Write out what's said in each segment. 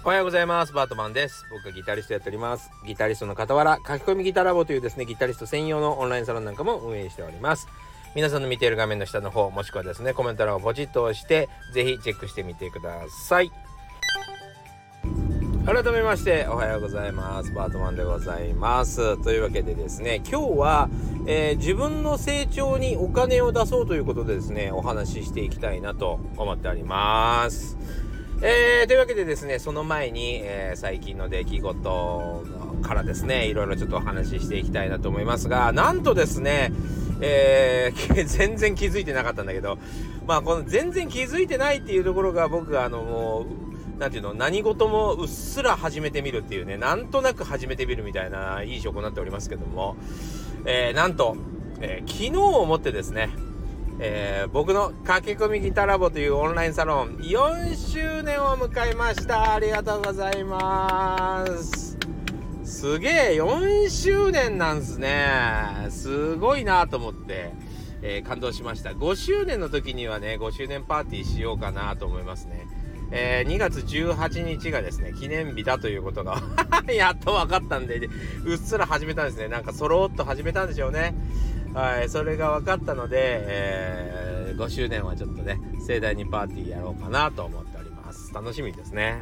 おはようございます。バートマンです。僕がギタリストやっております。ギタリストの傍ら、書き込みギタラボというですね、ギタリスト専用のオンラインサロンなんかも運営しております。皆さんの見ている画面の下の方、もしくはですね、コメント欄をポチッと押して、ぜひチェックしてみてください。改めましておはようございます。バートマンでございます。というわけでですね、今日は、自分の成長にお金を出そうということでですね、お話ししていきたいなと思っております。というわけでですね、その前に、最近の出来事からですね、いろいろちょっとお話ししていきたいなと思いますが、なんとですね、全然気づいてなかったんだけど、この全然気づいてないっていうところが僕がもうなんていうの、何事もうっすら始めてみるっていうね、なんとなく始めてみるみたいないい証拠になっておりますけども、なんと、昨日をもってですね、僕の駆け込みギターラボというオンラインサロン4周年を迎えました。ありがとうございます。すげえ4周年なんすね。すごいなと思って、感動しました。5周年の時にはね、5周年パーティーしようかなと思いますね。2月18日がですね、記念日だということがやっと分かったんで、うっすら始めたんですね。なんかそろっと始めたんでしょうね。はい、それが分かったので、5周年はちょっとね、盛大にパーティーやろうかなと思っております。楽しみですね。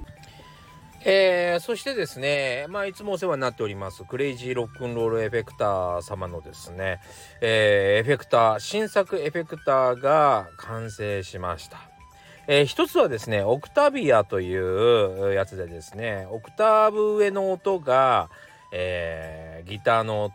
そしてですね、いつもお世話になっておりますクレイジーロックンロールエフェクター様のですね、エフェクター、新作エフェクターが完成しました。一つはですね、オクタビアというやつでですね、オクターブ上の音が、ギターの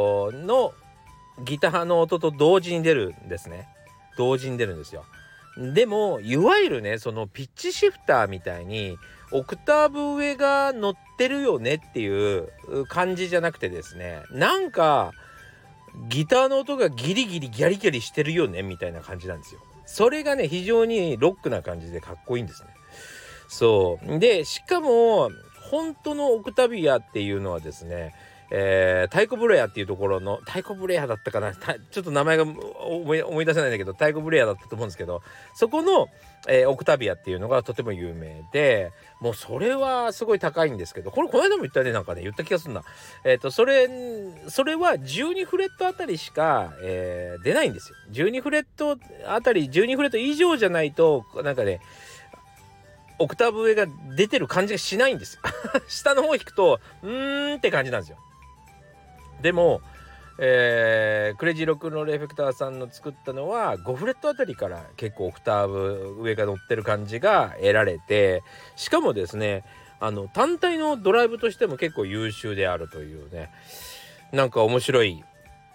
音と同時に出るんですね。同時に出るんですよ。でもいわゆるね、そのピッチシフターみたいにオクターブ上が乗ってるよねっていう感じじゃなくてですね、なんかギターの音がギリギリギャリギャリしてるよねみたいな感じなんですよ。それがね、非常にロックな感じでかっこいいんですね。そうで、しかも本当のオクタビアっていうのはですね、太鼓ブレアっていうところの、太鼓ブレアだったかな、ちょっと名前が思い出せないんだけど、太鼓ブレアだったと思うんですけど、そこの、オクタビアっていうのがとても有名で、もうそれはすごい高いんですけど、この間も言ったね、なんかね言った気がするな。それは12フレットあたりしか、出ないんですよ。12フレットあたり、12フレット以上じゃないとなんかね、オクターブ上が出てる感じがしないんです下の方弾くとって感じなんですよ。でも、クレイジーロックンロールエフェクターさんの作ったのは5フレットあたりから結構オクターブ上が乗ってる感じが得られて、しかもですね、単体のドライブとしても結構優秀であるというね、なんか面白い、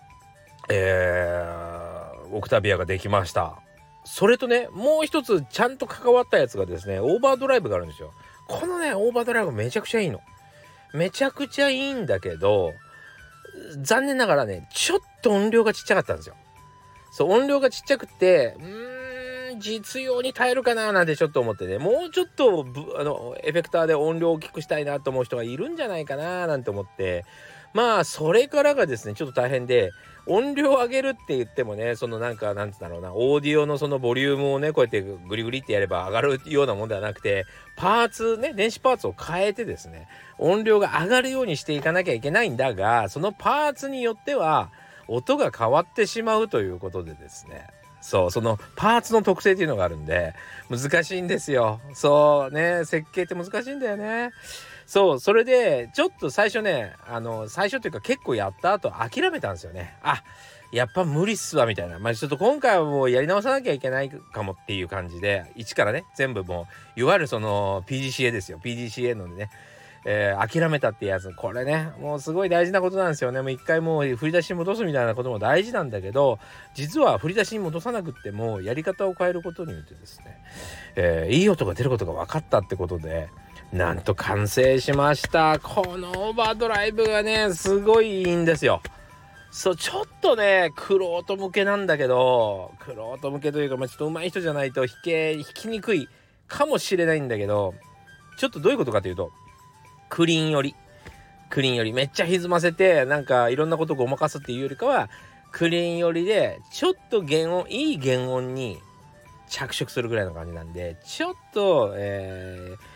オクタビアができました。それとね、もう一つちゃんと関わったやつがですね、オーバードライブがあるんですよ。このね、オーバードライブめちゃくちゃいいの。めちゃくちゃいいんだけど、残念ながらね、ちょっと音量がちっちゃかったんですよ。そう、音量がちっちゃくて、実用に耐えるかななんてちょっと思ってね、もうちょっとエフェクターで音量を大きくしたいなと思う人がいるんじゃないかななんて思って、それからがですね、ちょっと大変で、音量を上げるって言ってもね、そのなんつうんだろうな、オーディオのそのボリュームをね、こうやってグリグリってやれば上がるようなもんではなくて、パーツね、電子パーツを変えてですね、音量が上がるようにしていかなきゃいけないんだが、そのパーツによっては音が変わってしまうということでですね、そう、そのパーツの特性っていうのがあるんで難しいんですよ。そうね、設計って難しいんだよね。そう、それでちょっと最初ね、最初というか結構やった後諦めたんですよね。やっぱ無理っすわみたいな。ちょっと今回はもうやり直さなきゃいけないかもっていう感じで、一からね、全部もういわゆるその PDCA ですよ。PDCA のね、諦めたってやつ、これね、もうすごい大事なことなんですよね。もう一回もう振り出しに戻すみたいなことも大事なんだけど、実は振り出しに戻さなくってもやり方を変えることによってですね、いい音が出ることが分かったってことで、なんと完成しました。このオーバードライブがね、すごいいいんですよ。そう、ちょっとね、玄人向けなんだけど、玄人向けというか、ちょっと上手い人じゃないと弾きにくいかもしれないんだけど、ちょっとどういうことかというと、クリーンよりめっちゃ歪ませてなんかいろんなことをごまかすっていうよりかは、クリーン寄りでちょっといい原音に着色するぐらいの感じなんで、ちょっと、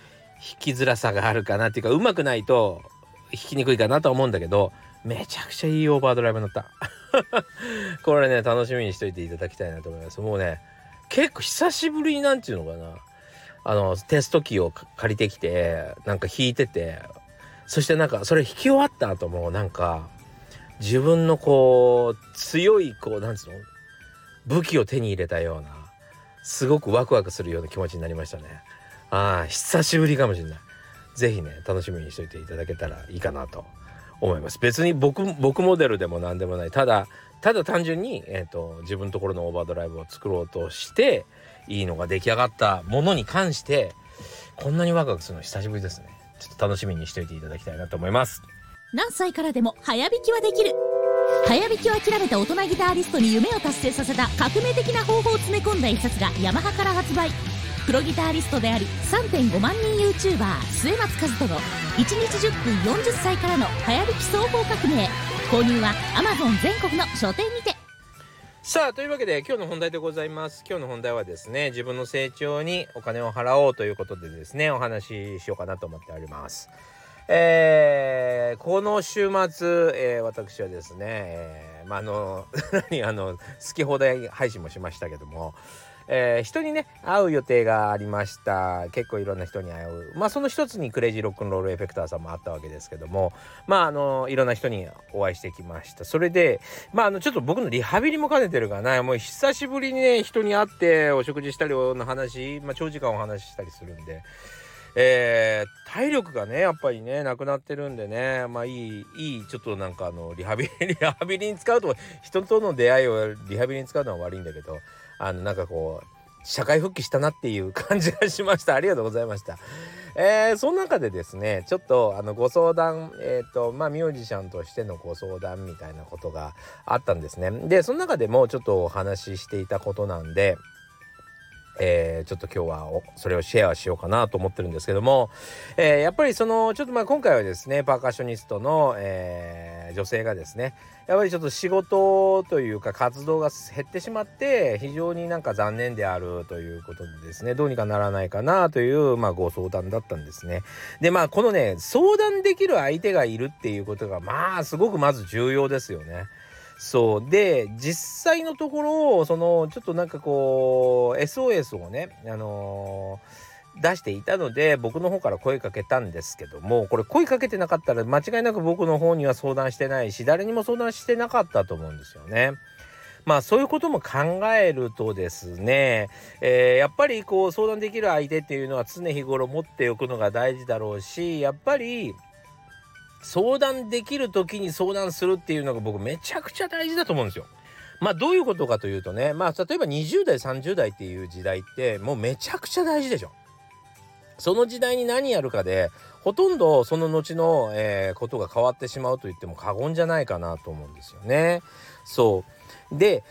きづらさがあるかなっていうか、上手くないと弾きにくいかなとは思うんだけど、めちゃくちゃいいオーバードライブになったこれね楽しみにしといていただきたいなと思います。もうね結構久しぶりになんていうのかな、テスト機を借りてきてなんか弾いてて、そしてなんかそれ弾き終わった後もなんか自分のこう強いこうなんつうの武器を手に入れたような、すごくワクワクするような気持ちになりましたね。久しぶりかもしれない。ぜひね楽しみにしておいていただけたらいいかなと思います。別に僕モデルでも何でもない、ただ単純に、自分のところのオーバードライブを作ろうとしていいのが出来上がったものに関してこんなにワクワクするの久しぶりですね。ちょっと楽しみにしておいていただきたいなと思います。 何歳からでも早弾きはできる。早弾きを諦めた大人ギタリストに夢を達成させた革命的な方法を詰め込んだ一冊がヤマハから発売。プロギタリストであり 3.5 万人 YouTuber 末松和人の1日10分40歳からの早弾き総合革命。購入は Amazon 全国の書店にて。 さあというわけで今日の本題でございます。今日の本題はですね、自分の成長にお金を払おうということでですね、お話ししようかなと思っております。この週末、私はですね、好き放題配信もしましたけども、人にね会う予定がありました。結構いろんな人に会う、その一つにクレイジーロックンロールエフェクターさんもあったわけですけども、いろんな人にお会いしてきました。それでちょっと僕のリハビリも兼ねてるかな、もう久しぶりにね人に会ってお食事したりの話、長時間お話ししたりするんで、体力がねやっぱりねなくなってるんでね、いいちょっとなんかリハビリに使うと、人との出会いをリハビリに使うのは悪いんだけど、なんかこう社会復帰したなっていう感じがしました。ありがとうございました。その中でですねちょっとご相談、ミュージシャンとしてのご相談みたいなことがあったんですね。でその中でもちょっとお話ししていたことなんで、ちょっと今日はそれをシェアしようかなと思ってるんですけども、やっぱりちょっと今回はですねパーカッショニストの、女性がですねやっぱりちょっと仕事というか活動が減ってしまって非常になんか残念であるということでですね、どうにかならないかなという、ご相談だったんですね。でこのね相談できる相手がいるっていうことがすごくまず重要ですよね。そうで実際のところちょっとなんかこう SOS をね、出していたので僕の方から声かけたんですけども、これ声かけてなかったら間違いなく僕の方には相談してないし誰にも相談してなかったと思うんですよね。そういうことも考えるとですね、やっぱりこう相談できる相手っていうのは常日頃持っておくのが大事だろうし、やっぱり相談できる時に相談するっていうのが僕めちゃくちゃ大事だと思うんですよ。どういうことかというとね、例えば20代30代っていう時代ってもうめちゃくちゃ大事でしょ。その時代に何やるかでほとんどその後の、ことが変わってしまうと言っても過言じゃないかなと思うんですよね。そうで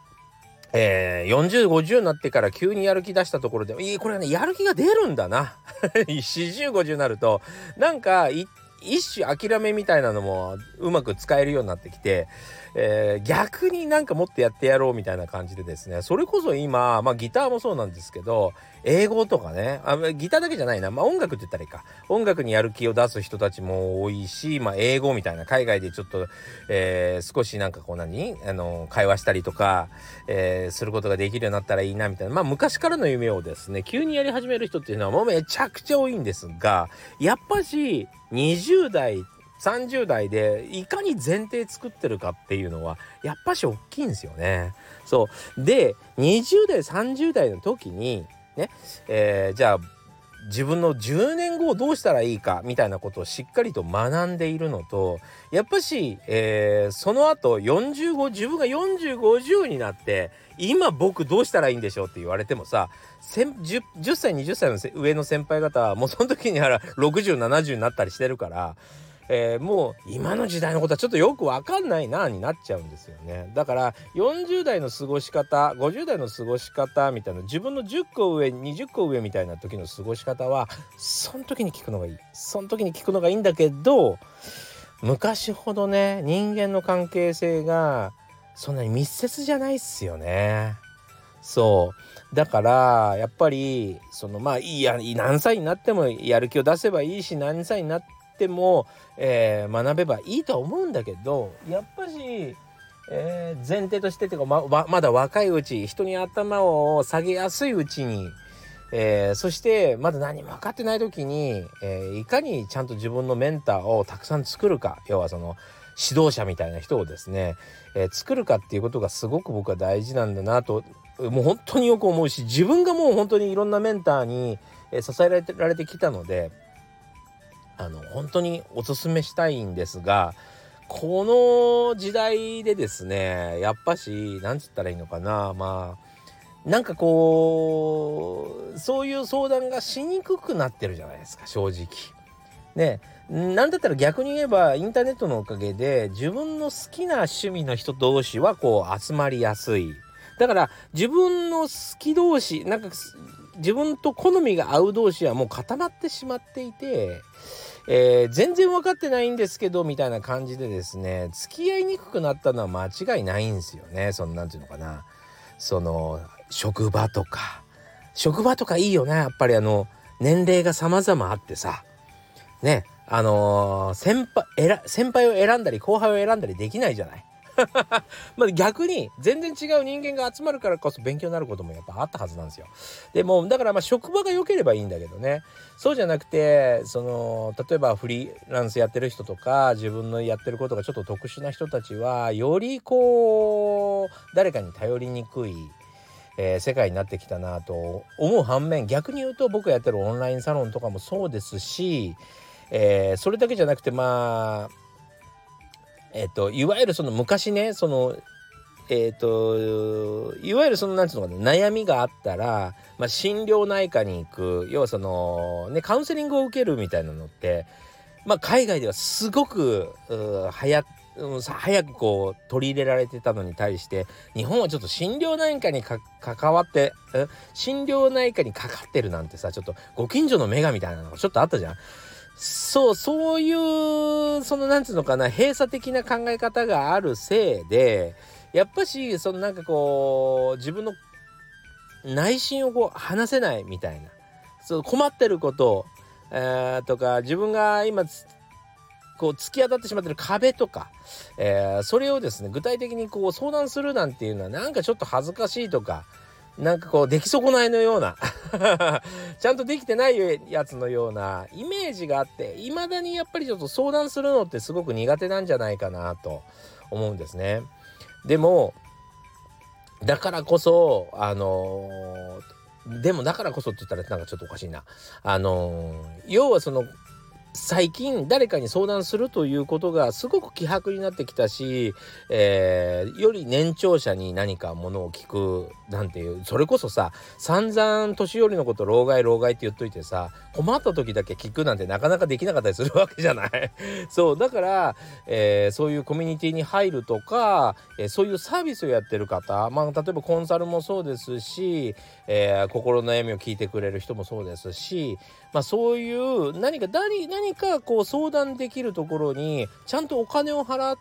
40、50になってから急にやる気出したところでこれはねやる気が出るんだな40、50になるとなんか一種諦めみたいなのもうまく使えるようになってきて、逆になんかもっとやってやろうみたいな感じでですね、それこそ今、ギターもそうなんですけど英語とかね、ギターだけじゃないな、音楽って言ったらいいか、音楽にやる気を出す人たちも多いし、英語みたいな海外でちょっと、少しなんかこう会話したりとか、することができるようになったらいいなみたいな、昔からの夢をですね急にやり始める人っていうのはもうめちゃくちゃ多いんですが、やっぱし20代30代でいかに前提作ってるかっていうのはやっぱし大きいんですよね。そうで20代30代の時にね、じゃあ自分の10年後をどうしたらいいかみたいなことをしっかりと学んでいるのと、やっぱし、その後自分が40、50になって今僕どうしたらいいんでしょうって言われてもさ、10歳20歳の上の先輩方はもうその時には60、70になったりしてるから、もう今の時代のことはちょっとよく分かんないなになっちゃうんですよね。だから40代の過ごし方、50代の過ごし方みたいな、自分の10個上20個上みたいな時の過ごし方はその時に聞くのがいい、その時に聞くのがいいんだけど、昔ほどね人間の関係性がそんなに密接じゃないっすよね。 そうだからやっぱり何歳になってもやる気を出せばいいし、何歳になっても、学べばいいとは思うんだけど、やっぱし、前提としてっていうか、まだ若いうち、人に頭を下げやすいうちに、そしてまだ何も分かってない時に、いかにちゃんと自分のメンターをたくさん作るか、要はその指導者みたいな人をですね、作るかっていうことがすごく僕は大事なんだなと、もう本当によく思うし、自分がもう本当にいろんなメンターに、支えられてきたので、本当におすすめしたいんですが、この時代でですね、やっぱしなんつったらいいのかな、なんかそういう相談がしにくくなってるじゃないですか、正直ね。なんだったら逆に言えば、インターネットのおかげで自分の好きな趣味の人同士は集まりやすい。だから自分の好き同士、なんか自分と好みが合う同士はもう固まってしまっていて、全然分かってないんですけどみたいな感じでですね、付き合いにくくなったのは間違いないんですよね。なんていうのかな、職場とかいいよね。やっぱり年齢が様々あってさね、先輩を選んだり後輩を選んだりできないじゃない逆に全然違う人間が集まるからこそ勉強になることもやっぱあったはずなんですよ。でもだから職場が良ければいいんだけどね、そうじゃなくて例えばフリーランスやってる人とか、自分のやってることがちょっと特殊な人たちはより誰かに頼りにくい、世界になってきたなと思う反面、逆に言うと僕がやってるオンラインサロンとかもそうですし、それだけじゃなくていわゆる昔ね、いわゆるなんていうのかな、悩みがあったら、心療内科に行く、要はカウンセリングを受けるみたいなのって、海外ではすごく早く取り入れられてたのに対して、日本はちょっと心療内科に関わって心療内科にかかってるなんてさ、ちょっとご近所の目がみたいなのがちょっとあったじゃん。そういうなんつうのかな、閉鎖的な考え方があるせいで、やっぱし自分の内心を話せないみたいな、困ってること、とか、自分が今突き当たってしまってる壁とか、それをですね、具体的に相談するなんていうのはなんかちょっと恥ずかしいとか、なんか出来損ないのようなちゃんとできてないやつのようなイメージがあって、未だにやっぱりちょっと相談するのってすごく苦手なんじゃないかなと思うんですね。でもだからこそだからこそって言ったらなんかちょっとおかしいな。要は最近誰かに相談するということがすごく希薄になってきたし、より年長者に何かものを聞くなんていう、それこそさ、散々年寄りのこと老害って言っといてさ、困った時だけ聞くなんてなかなかできなかったりするわけじゃないそうだから、そういうコミュニティに入るとか、そういうサービスをやってる方、例えばコンサルもそうですし、心の悩みを聞いてくれる人もそうですし、そういう何か相談できるところにちゃんとお金を払って、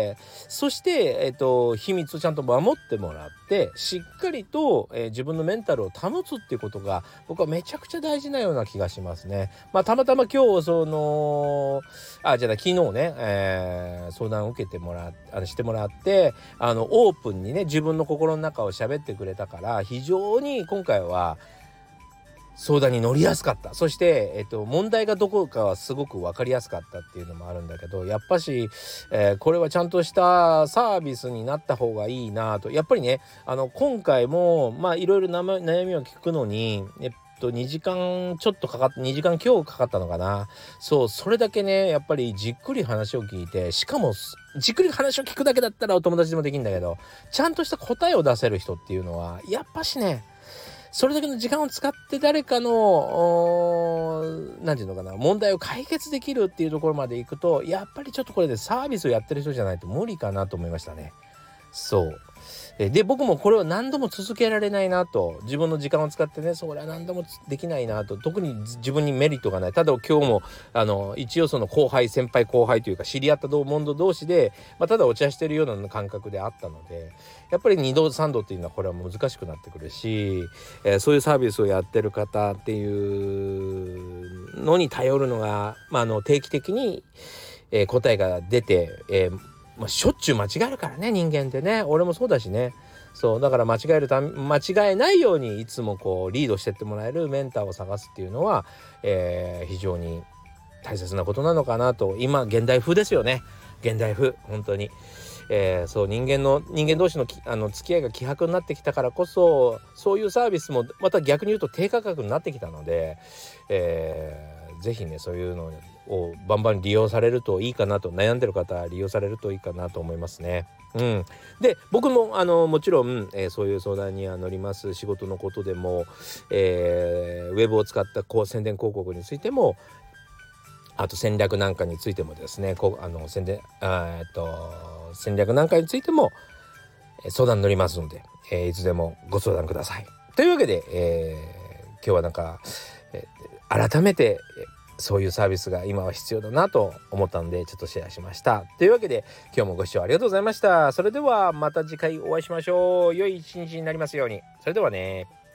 そして、秘密をちゃんと守ってもらって、しっかりと、自分のメンタルを保つっていうことが僕はめちゃくちゃ大事なような気がしますね。たまたま今日昨日ね、相談を受けてしてもらって、オープンにね自分の心の中を喋ってくれたから、非常に今回は相談に乗りやすかった。そして、問題がどこかはすごく分かりやすかったっていうのもあるんだけど、やっぱし、これはちゃんとしたサービスになった方がいいなと。やっぱりね、今回もいろいろ悩みを聞くのに2時間ちょっと2時間今日かかったのかな。それだけね、やっぱりじっくり話を聞いて、しかもじっくり話を聞くだけだったらお友達でもできるんだけど、ちゃんとした答えを出せる人っていうのはやっぱしね、それだけの時間を使って誰かのなんていうのかな、問題を解決できるっていうところまで行くと、やっぱりちょっとこれでサービスをやってる人じゃないと無理かなと思いましたね。 で僕もこれを何度も続けられないなと、自分の時間を使ってね、それは何度もできないなと、特に自分にメリットがない。ただ今日も一応その先輩後輩というか知り合った者同士で、ただお茶してるような感覚であったので、やっぱり2度3度っていうのはこれは難しくなってくるし、そういうサービスをやってる方っていうのに頼るのが、定期的に、答えが出て、しょっちゅう間違えるからね、人間ってね。俺もそうだしね。そうだから間違えないようにいつもリードしてってもらえるメンターを探すっていうのは、非常に大切なことなのかなと。今現代風ですよね。現代風本当に、そう人間同士の付き合いが希薄になってきたからこそ、そういうサービスもまた逆に言うと低価格になってきたので、ぜひねそういうのをバンバン利用されるといいかなと、悩んでる方は利用されるといいかなと思いますね。で僕ももちろん、そういう相談には乗ります。仕事のことでも、ウェブを使った宣伝広告についても、あと戦略なんかについてもですね、戦略なんかについても、相談に乗りますので、いつでもご相談ください。というわけで、今日は改めてそういうサービスが今は必要だなと思ったのでちょっとシェアしました。というわけで今日もご視聴ありがとうございました。それではまた次回お会いしましょう。良い一日になりますように。それではね。